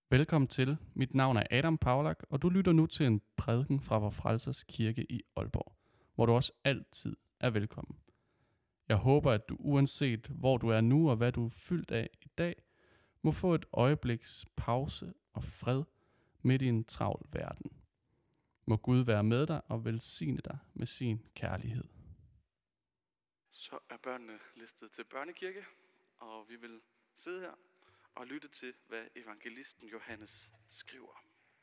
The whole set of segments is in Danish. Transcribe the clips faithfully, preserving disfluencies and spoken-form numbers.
Velkommen til. Mit navn er Adam Paulak, og du lytter nu til en prædiken fra Vor Frelsers Kirke i Aalborg, hvor du også altid er velkommen. Jeg håber, at du uanset hvor du er nu og hvad du er fyldt af i dag, må få et øjebliks pause og fred midt i en travl verden. Må Gud være med dig og velsigne dig med sin kærlighed. Så er børnene listet til børnekirke, og vi vil sidde her og lytte til, hvad evangelisten Johannes skriver.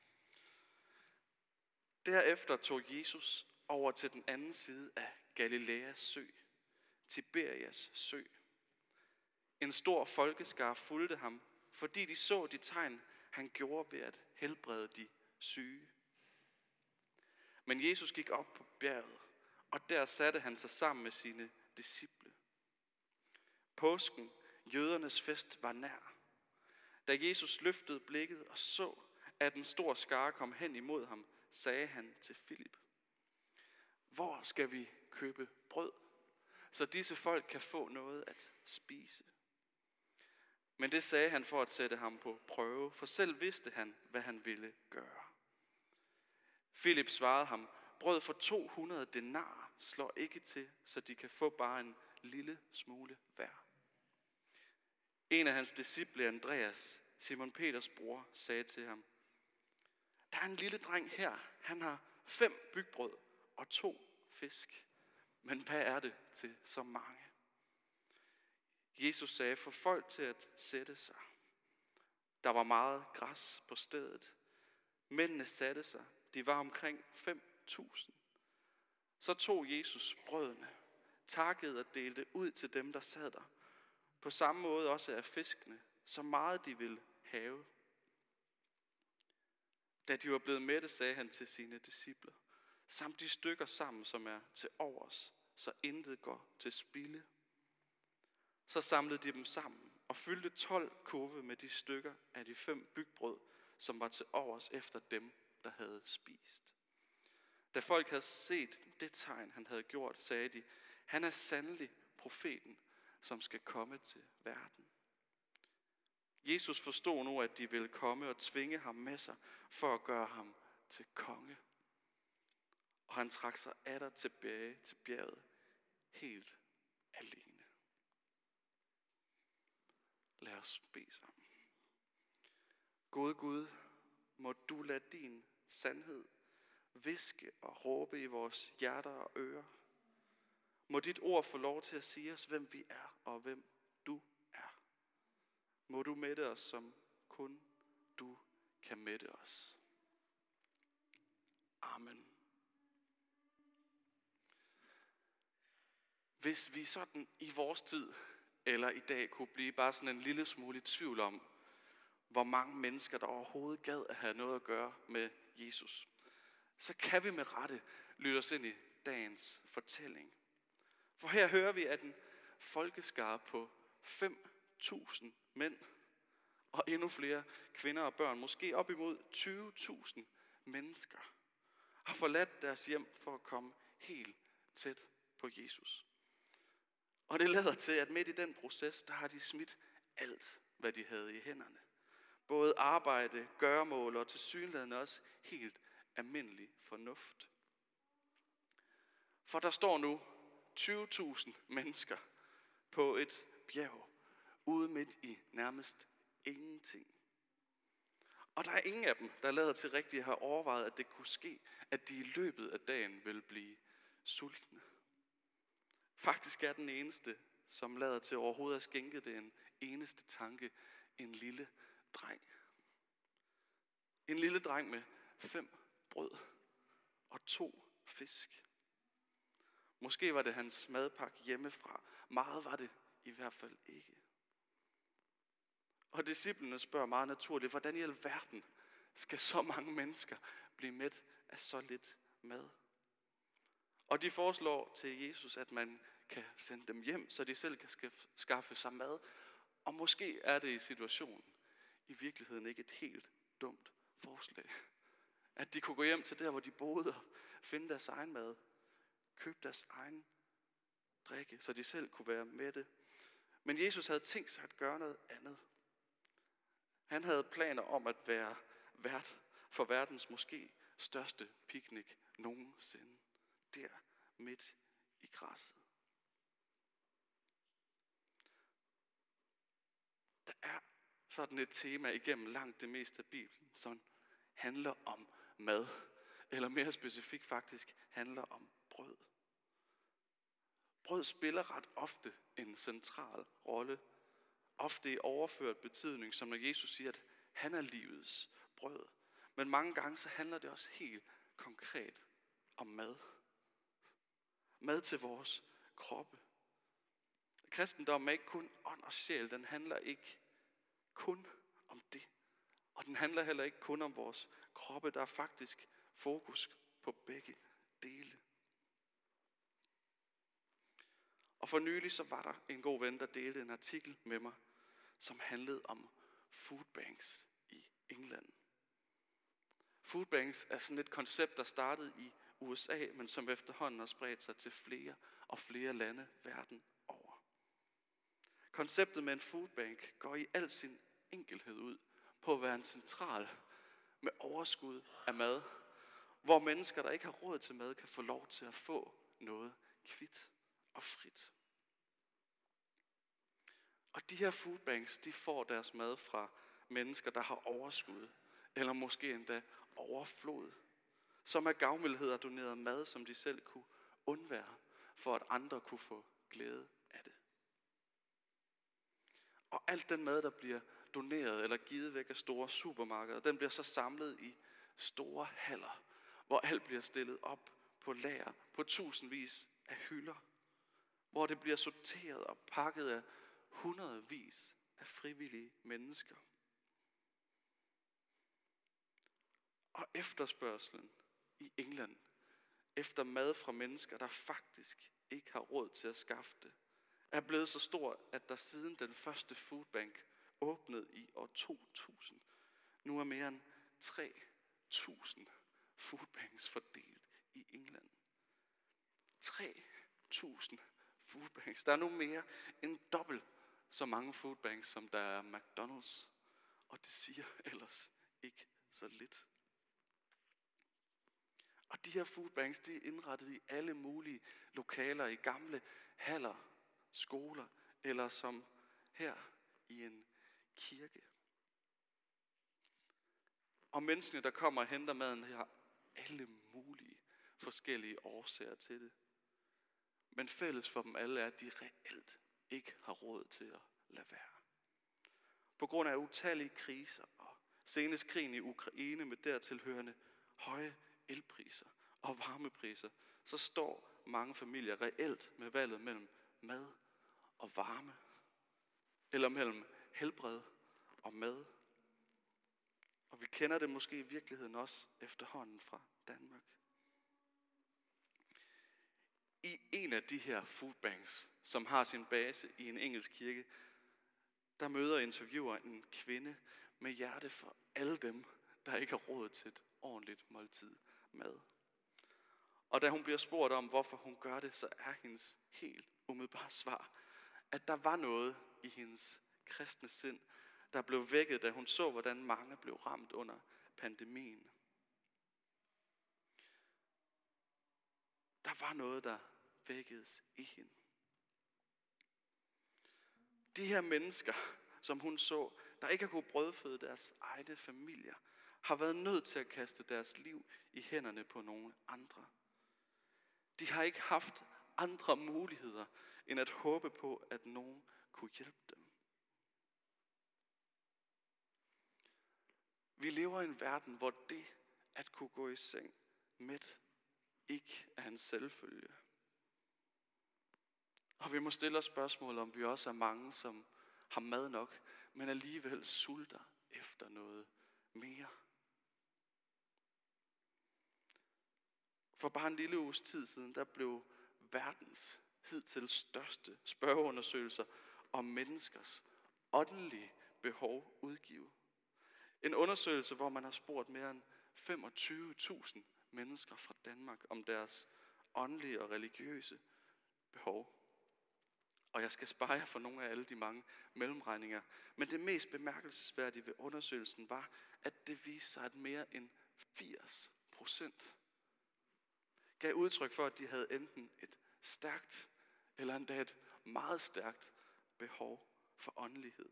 Derefter tog Jesus over til den anden side af Galilæas sø, Tiberias sø. En stor folkeskare fulgte ham, fordi de så de tegn, han gjorde ved at helbrede de syge. Men Jesus gik op på bjerget, og der satte han sig sammen med sine disciple. Påsken, jødernes fest, var nær. Da Jesus løftede blikket og så, at en stor skare kom hen imod ham, sagde han til Filip: Hvor skal vi købe brød, så disse folk kan få noget at spise? Men det sagde han for at sætte ham på prøve, for selv vidste han, hvad han ville gøre. Filip svarede ham: Brød for to hundrede denar slår ikke til, så de kan få bare en lille smule hver. En af hans disciple, Andreas, Simon Peters bror, sagde til ham: Der er en lille dreng her, han har fem bygbrød og to fisk. Men hvad er det til så mange? Jesus sagde: Få folk til at sætte sig. Der var meget græs på stedet. Mændene satte sig. De var omkring fem tusind. Så tog Jesus brødene, takkede og delte ud til dem, der sad der. På samme måde også af fiskene, så meget de ville have. Da de var blevet mætte, sagde han til sine disciple: Samt de stykker sammen, som er til overs, så intet går til spilde. Så samlede de dem sammen og fyldte tolv kurve med de stykker af de fem bygbrød, som var til overs efter dem, der havde spist. Da folk havde set det tegn, han havde gjort, sagde de: Han er sandelig profeten, som skal komme til verden. Jesus forstod nu, at de ville komme og tvinge ham med sig for at gøre ham til konge. Og han trak sig atter tilbage til bjerget, helt alene. Lad os bede sammen. Gode Gud, må du lade din sandhed viske og råbe i vores hjerter og ører. Må dit ord få lov til at sige os, hvem vi er og hvem du er. Må du mætte os, som kun du kan mætte os. Amen. Hvis vi sådan i vores tid eller i dag kunne blive bare sådan en lille smule i tvivl om, hvor mange mennesker der overhovedet gad at have noget at gøre med Jesus, så kan vi med rette lytte os ind i dagens fortælling. For her hører vi, at en folkeskare på fem tusind mænd og endnu flere kvinder og børn, måske op imod tyve tusind mennesker, har forladt deres hjem for at komme helt tæt på Jesus. Og det lader til, at midt i den proces, der har de smidt alt, hvad de havde i hænderne. Både arbejde, gøremål og tilsyneladende også helt almindelig fornuft. For der står nu tyve tusind mennesker på et bjerg, ude midt i nærmest ingenting. Og der er ingen af dem, der lader til rigtigt at have overvejet, at det kunne ske, at de i løbet af dagen ville blive sultne. Faktisk er den eneste, som lader til overhovedet at skænke det en eneste tanke, en lille dreng. En lille dreng med fem brød og to fisk. Måske var det hans madpakke hjemmefra. Meget var det i hvert fald ikke. Og disciplene spørger meget naturligt, hvordan i alverden skal så mange mennesker blive mæt af så lidt mad? Og de foreslår til Jesus, at man kan sende dem hjem, så de selv kan skaffe sig mad. Og måske er det i situationen i virkeligheden ikke et helt dumt forslag. At de kunne gå hjem til der, hvor de boede, og finde deres egen mad. Købe deres egen drikke, så de selv kunne være mætte. Men Jesus havde tænkt sig at gøre noget andet. Han havde planer om at være vært for verdens måske største picnic nogensinde. Der midt i græsset. Der er sådan et tema igennem langt det meste af Bibelen, som handler om mad. Eller mere specifikt faktisk handler om brød. Brød spiller ret ofte en central rolle. Ofte i overført betydning, som når Jesus siger, at han er livets brød. Men mange gange så handler det også helt konkret om mad. Mad til vores kroppe. Kristendommen er ikke kun ånd og sjæl, den handler ikke kun om det. Og den handler heller ikke kun om vores kroppe, der er faktisk fokus på begge dele. Og for nylig så var der en god ven, der delte en artikel med mig, som handlede om foodbanks i England. Foodbanks er sådan et koncept, der startede i U S A, men som efterhånden har spredt sig til flere og flere lande verden over. Konceptet med en foodbank går i al sin enkelhed ud på at være en central med overskud af mad, hvor mennesker, der ikke har råd til mad, kan få lov til at få noget kvit og frit. Og de her foodbanks, de får deres mad fra mennesker, der har overskud, eller måske endda overflod, som af gavmildhed har doneret mad, som de selv kunne undvære, for at andre kunne få glæde af det. Og alt den mad, der bliver doneret eller givet væk af store supermarkeder, den bliver så samlet i store haller, hvor alt bliver stillet op på lager på tusindvis af hylder, hvor det bliver sorteret og pakket af hundredvis af frivillige mennesker. Og efterspørgselen i England efter mad fra mennesker, der faktisk ikke har råd til at skaffe det, er blevet så stor, at der siden den første foodbank åbnede i år to tusind, nu er mere end tre tusind foodbanks fordelt i England. tre tusind foodbanks. Der er nu mere end dobbelt så mange foodbanks, som der er McDonald's. Og det siger ellers ikke så lidt. Og de her foodbanks, de er indrettet i alle mulige lokaler, i gamle haller, skoler, eller som her i en kirke. Og menneskene, der kommer og henter maden, har alle mulige forskellige årsager til det. Men fælles for dem alle er, at de reelt ikke har råd til at lade være. På grund af utallige kriser og senest krigen i Ukraine med dertilhørende høje elpriser og varmepriser, så står mange familier reelt med valget mellem mad og varme, eller mellem helbred og mad. Og vi kender det måske i virkeligheden også efterhånden fra Danmark. I en af de her foodbanks, som har sin base i en engelsk kirke, der møder interviewer en kvinde med hjerte for alle dem, der ikke har råd til et ordentligt måltid mad. Og da hun bliver spurgt om, hvorfor hun gør det, så er hendes helt umiddelbare svar, at der var noget i hendes kristne sind, der blev vækket, da hun så, hvordan mange blev ramt under pandemien. Der var noget, der vækkedes i hende. De her mennesker, som hun så, der ikke har kunnet brødføde deres egne familier, har været nødt til at kaste deres liv i hænderne på nogle andre. De har ikke haft andre muligheder, end at håbe på, at nogen kunne hjælpe dem. Vi lever i en verden, hvor det at kunne gå i seng mæt ikke er en selvfølge. Og vi må stille os spørgsmål, om vi også er mange, som har mad nok, men alligevel sulter efter noget mere. For bare en lille uges tid siden, der blev verdens hidtil største spørgeundersøgelser om menneskers åndelige behov udgivet. En undersøgelse, hvor man har spurgt mere end femogtyve tusind mennesker fra Danmark om deres åndelige og religiøse behov. Og jeg skal spare jer for nogle af alle de mange mellemregninger. Men det mest bemærkelsesværdige ved undersøgelsen var, at det viste sig, at mere end firs procent gav udtryk for, at de havde enten et stærkt eller endda et meget stærkt behov for åndelighed.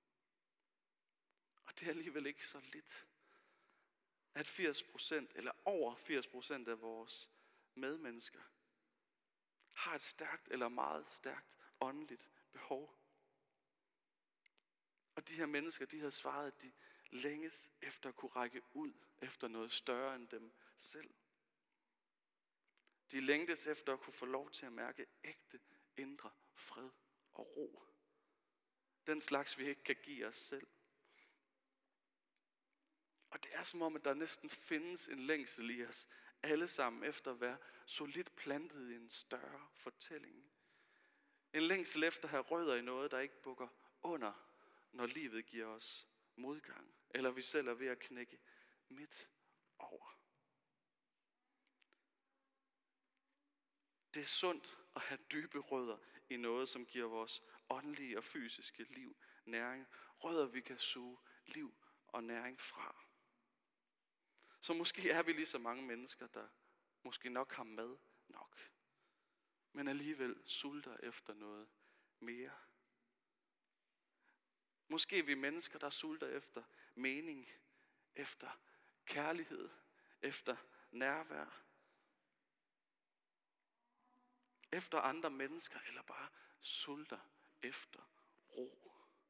Og det er alligevel ikke så lidt, at firs procent eller over firs procent af vores medmennesker har et stærkt eller meget stærkt åndeligt behov. Og de her mennesker, de havde svaret, at de længes efter at kunne række ud efter noget større end dem selv. De længtes efter at kunne få lov til at mærke ægte indre fred og ro. Den slags, vi ikke kan give os selv. Og det er som om, at der næsten findes en længsel i os, alle sammen efter at være solidt plantet i en større fortælling. En længsel efter at have rødder i noget, der ikke bukker under, når livet giver os modgang, eller vi selv er ved at knække midt over. Det er sundt at have dybe rødder i noget, som giver vores åndelige og fysiske liv næring. Rødder, vi kan suge liv og næring fra. Så måske er vi lige så mange mennesker, der måske nok har mad nok, men alligevel sulter efter noget mere. Måske er vi mennesker, der sulter efter mening, efter kærlighed, efter nærvær, efter andre mennesker, eller bare sulter efter ro.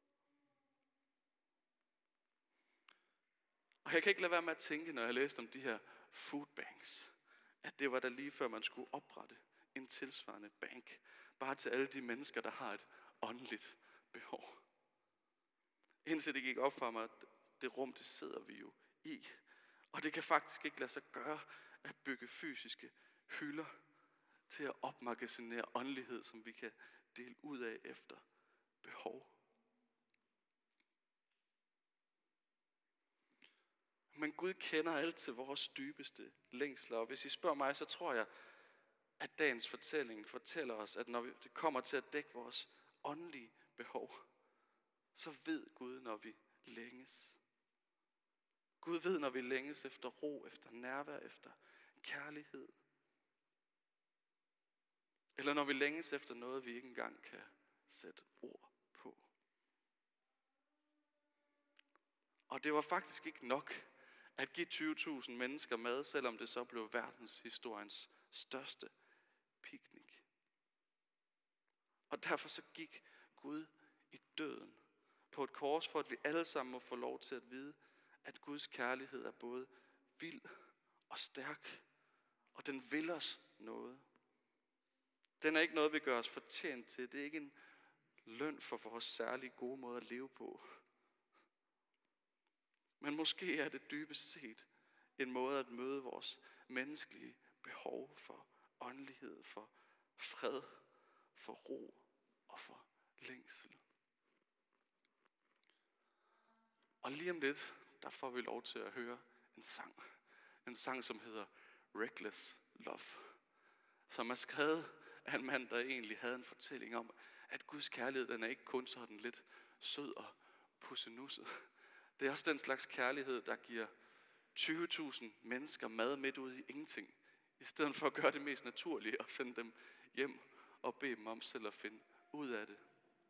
Og jeg kan ikke lade være med at tænke, når jeg læste om de her food banks, at det var da lige før man skulle oprette en tilsvarende bank, bare til alle de mennesker, der har et åndeligt behov. Indtil det gik op for mig, at det rum, det sidder vi jo i. Og det kan faktisk ikke lade sig gøre at bygge fysiske hylder til at opmagasinere åndelighed, som vi kan dele ud af efter behov. Men Gud kender altid vores dybeste længsler, og hvis I spørger mig, så tror jeg, at dagens fortælling fortæller os, at når det kommer til at dække vores åndelige behov, så ved Gud, når vi længes. Gud ved, når vi længes efter ro, efter nærvær, efter kærlighed. Eller når vi længes efter noget, vi ikke engang kan sætte ord på. Og det var faktisk ikke nok at give tyve tusind mennesker mad, selvom det så blev verdenshistoriens største piknik. Og derfor så gik Gud i døden på et kors, for at vi alle sammen må få lov til at vide, at Guds kærlighed er både vild og stærk, og den vil os noget. Den er ikke noget, vi gør os fortjent til. Det er ikke en løn for vores særlige gode måde at leve på. Men måske er det dybest set en måde at møde vores menneskelige behov for åndelighed, for fred, for ro og for længsel. Og lige om lidt, der får vi lov til at høre en sang. En sang, som hedder Reckless Love. Som er skrevet af en mand, der egentlig havde en fortælling om, at Guds kærlighed, den er ikke kun sådan lidt sød og pussenusset. Det er også den slags kærlighed, der giver tyve tusind mennesker mad midt ude i ingenting. I stedet for at gøre det mest naturlige og sende dem hjem og bede dem om selv at finde ud af det.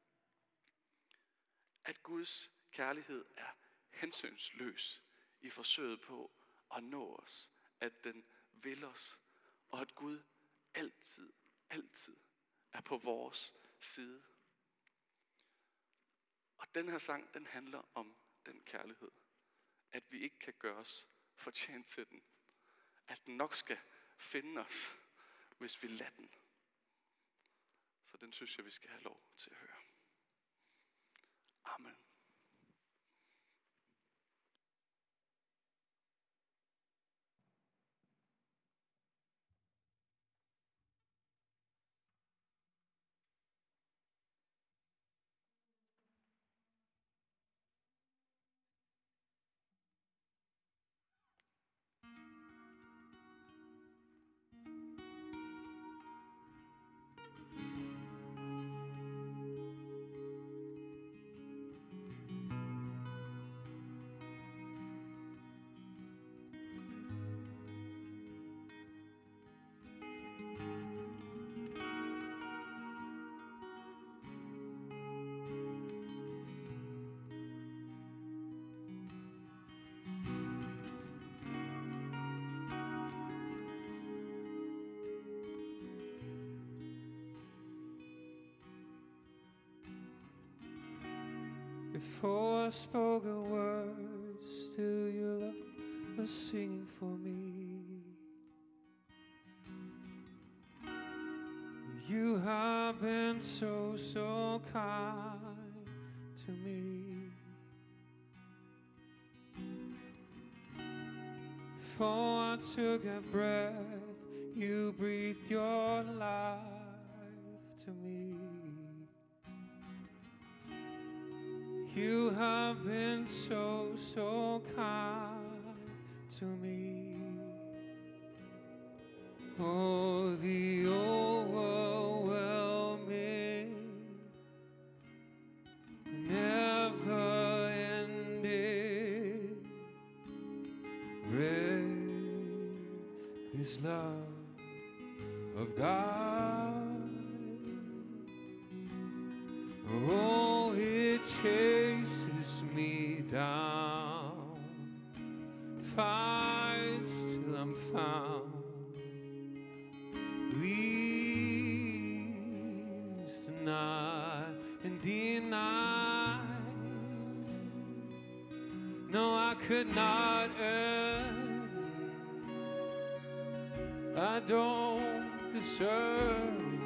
At Guds kærlighed er hensynsløs i forsøget på at nå os. At den vil os. Og at Gud altid, altid er på vores side. Og den her sang, den handler om den kærlighed. At vi ikke kan gøre os fortjent til den. At den nok skal finde os, hvis vi lader den. Så den synes jeg, vi skal have lov til at høre. Amen. before I spoke a word, still your love was singing for me. You have been so, so kind to me. Before I took a breath, you breathed your life to me. You have been so, so kind to me. Oh, the overwhelming, never-ending grace, love of God. Oh, it chases me down, fights till I'm found, leaves the night and deny. No, I could not earn it. I don't deserve it.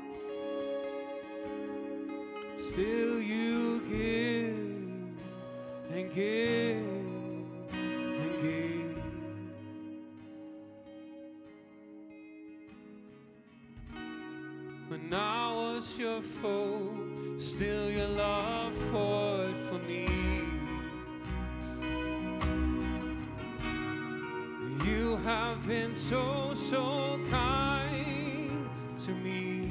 Still you give and give and give. When I was your foe, still your love fought for me. You have been so, so kind to me.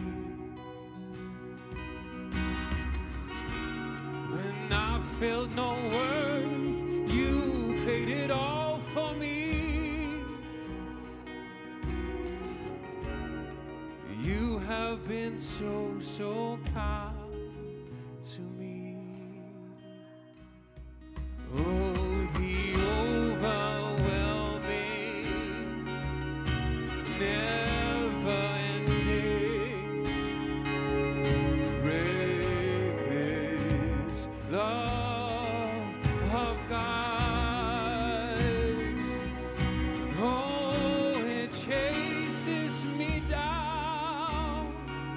When I felt no worth, you paid it all for me. You have been so, so kind to me. Oh, the overwhelming, never-ending grace, love of God. Oh, it chases me down,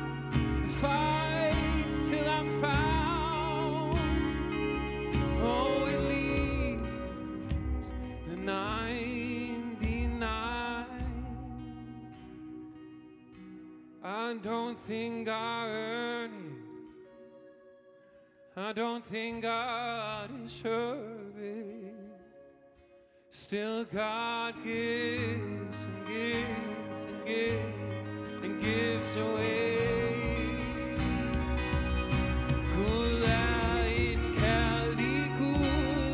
fights till I'm found. Oh, it leaves the ninety-nine. I don't think I earn it. I don't think I deserve it. Still God gives and gives and gives and gives away. Gud er et kærlig Gud,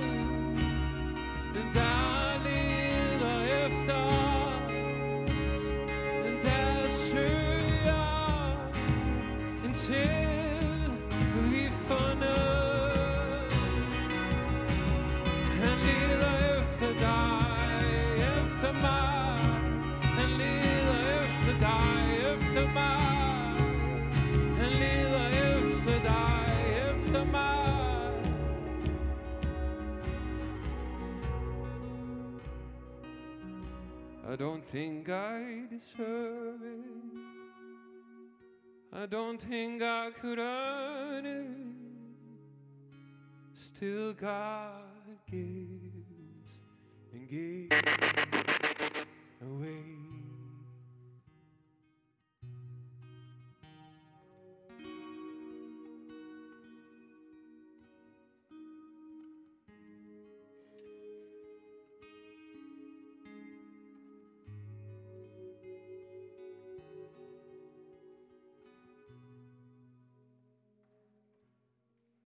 der leder efter os, der søger indtil vi fundet. Han leder efter dig, efter mig. Han leder efter dig, efter mig. Han leder efter dig, efter mig. I don't think I deserve it. I don't think I could earn it. Still God gives and gives away.